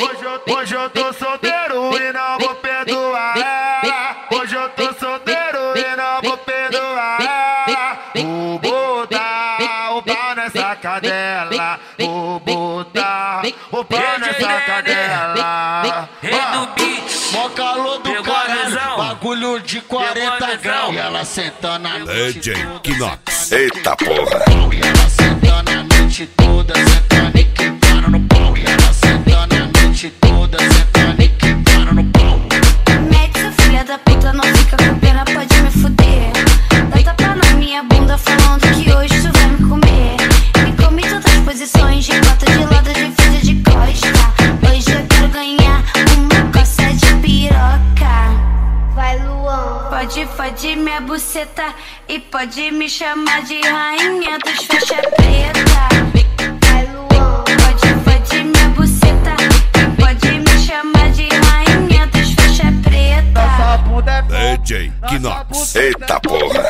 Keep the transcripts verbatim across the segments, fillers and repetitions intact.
Hoje eu, hoje eu tô solteiro e não vou perdoar ela. Hoje eu tô solteiro e não vou perdoar ela. Vou botar o pau nessa cadela. Vou botar o pau nessa cadela. Mó calor do caralho, bagulho de quarenta graus. E ela sentando a noite D J toda. Kinox. Eita porra. E ela sentando a noite toda, sentando e quicando no pau. E ela sentando a noite toda, sentando e quicando no pau. Mete essa filha da puta, não fica com pena, pode me fuder. Dá tapa na minha bunda falando que hoje tu vai me comer. Me come todas as posições, de quatro de lado, de frente, de costa. Hoje eu quero ganhar uma coça de piroca. Vai, Luan. Pode foder minha buceta e pode me chamar de rainha dos faixa preta. Vai, Luan. Pode foder minha buceta e pode me chamar de rainha dos faixa preta. Essa bunda é D J Kinox. Eita porra.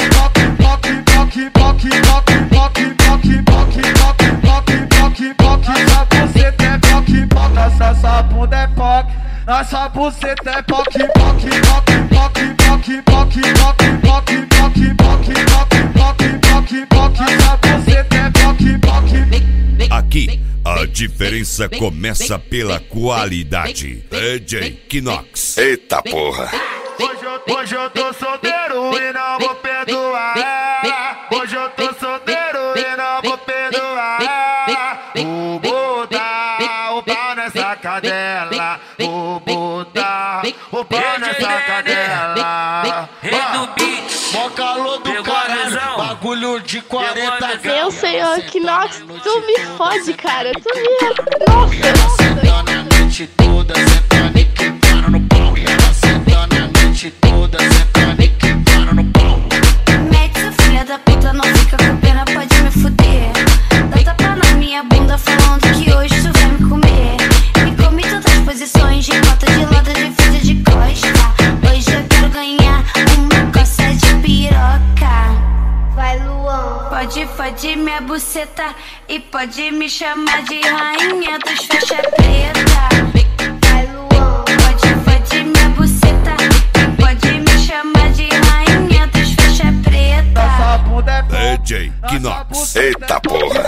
Essa bunda é poc, nossa buceta é poc, poc, poc, poc, poc, poc, poc, poc, poc, poc, poc, poc, poc, essa buceta é poc, poc. Aqui, a diferença começa pela qualidade. D J Kinox. Eita porra. Hoje eu, hoje eu tô solteiro e não vou perdoar ela. Hoje eu tô solteiro e não vou perdoar ela. Vou botar o pau nessa cadela. Vou botar o pau nessa cadela. Mó calor do caralho, bagulho de quarenta graus. Meu senhor Kinox, tu me fode, cara. Tu me... Nossa, E ela sentando a noite toda, sentando e quicando no pau. E ela sentando a noite toda, sentando e quicando no pau. Mete essa filha da puta, não fica com pena, pode me fuder. Dá tapa na minha bunda falando que hoje tu vai me comer. Me come todas as posições, de quatro de lado, de frente, de costa. Hoje eu quero ganhar uma coça de piroca. Vai, Luan. Pode foder minha buceta e pode me chamar de rainha dos faixa preta. Vai, Luan. Pode foder minha buceta e pode me chamar de rainha dos faixa preta. Essa bunda é poc, D J Kinox. Eita porra.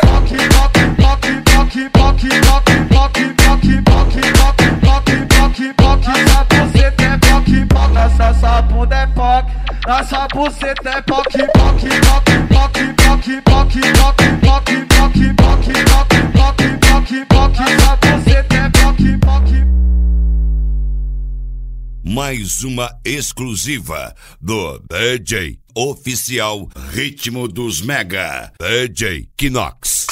Essa bunda é poc, nossa buceta é poc, poc, poc, poc, poc, poc, poc, poc, poc, poc, poc, poc, poc, essa buceta é poc, poc. Mais uma exclusiva do D J Oficial Ritmo dos Mega. D J Kinox.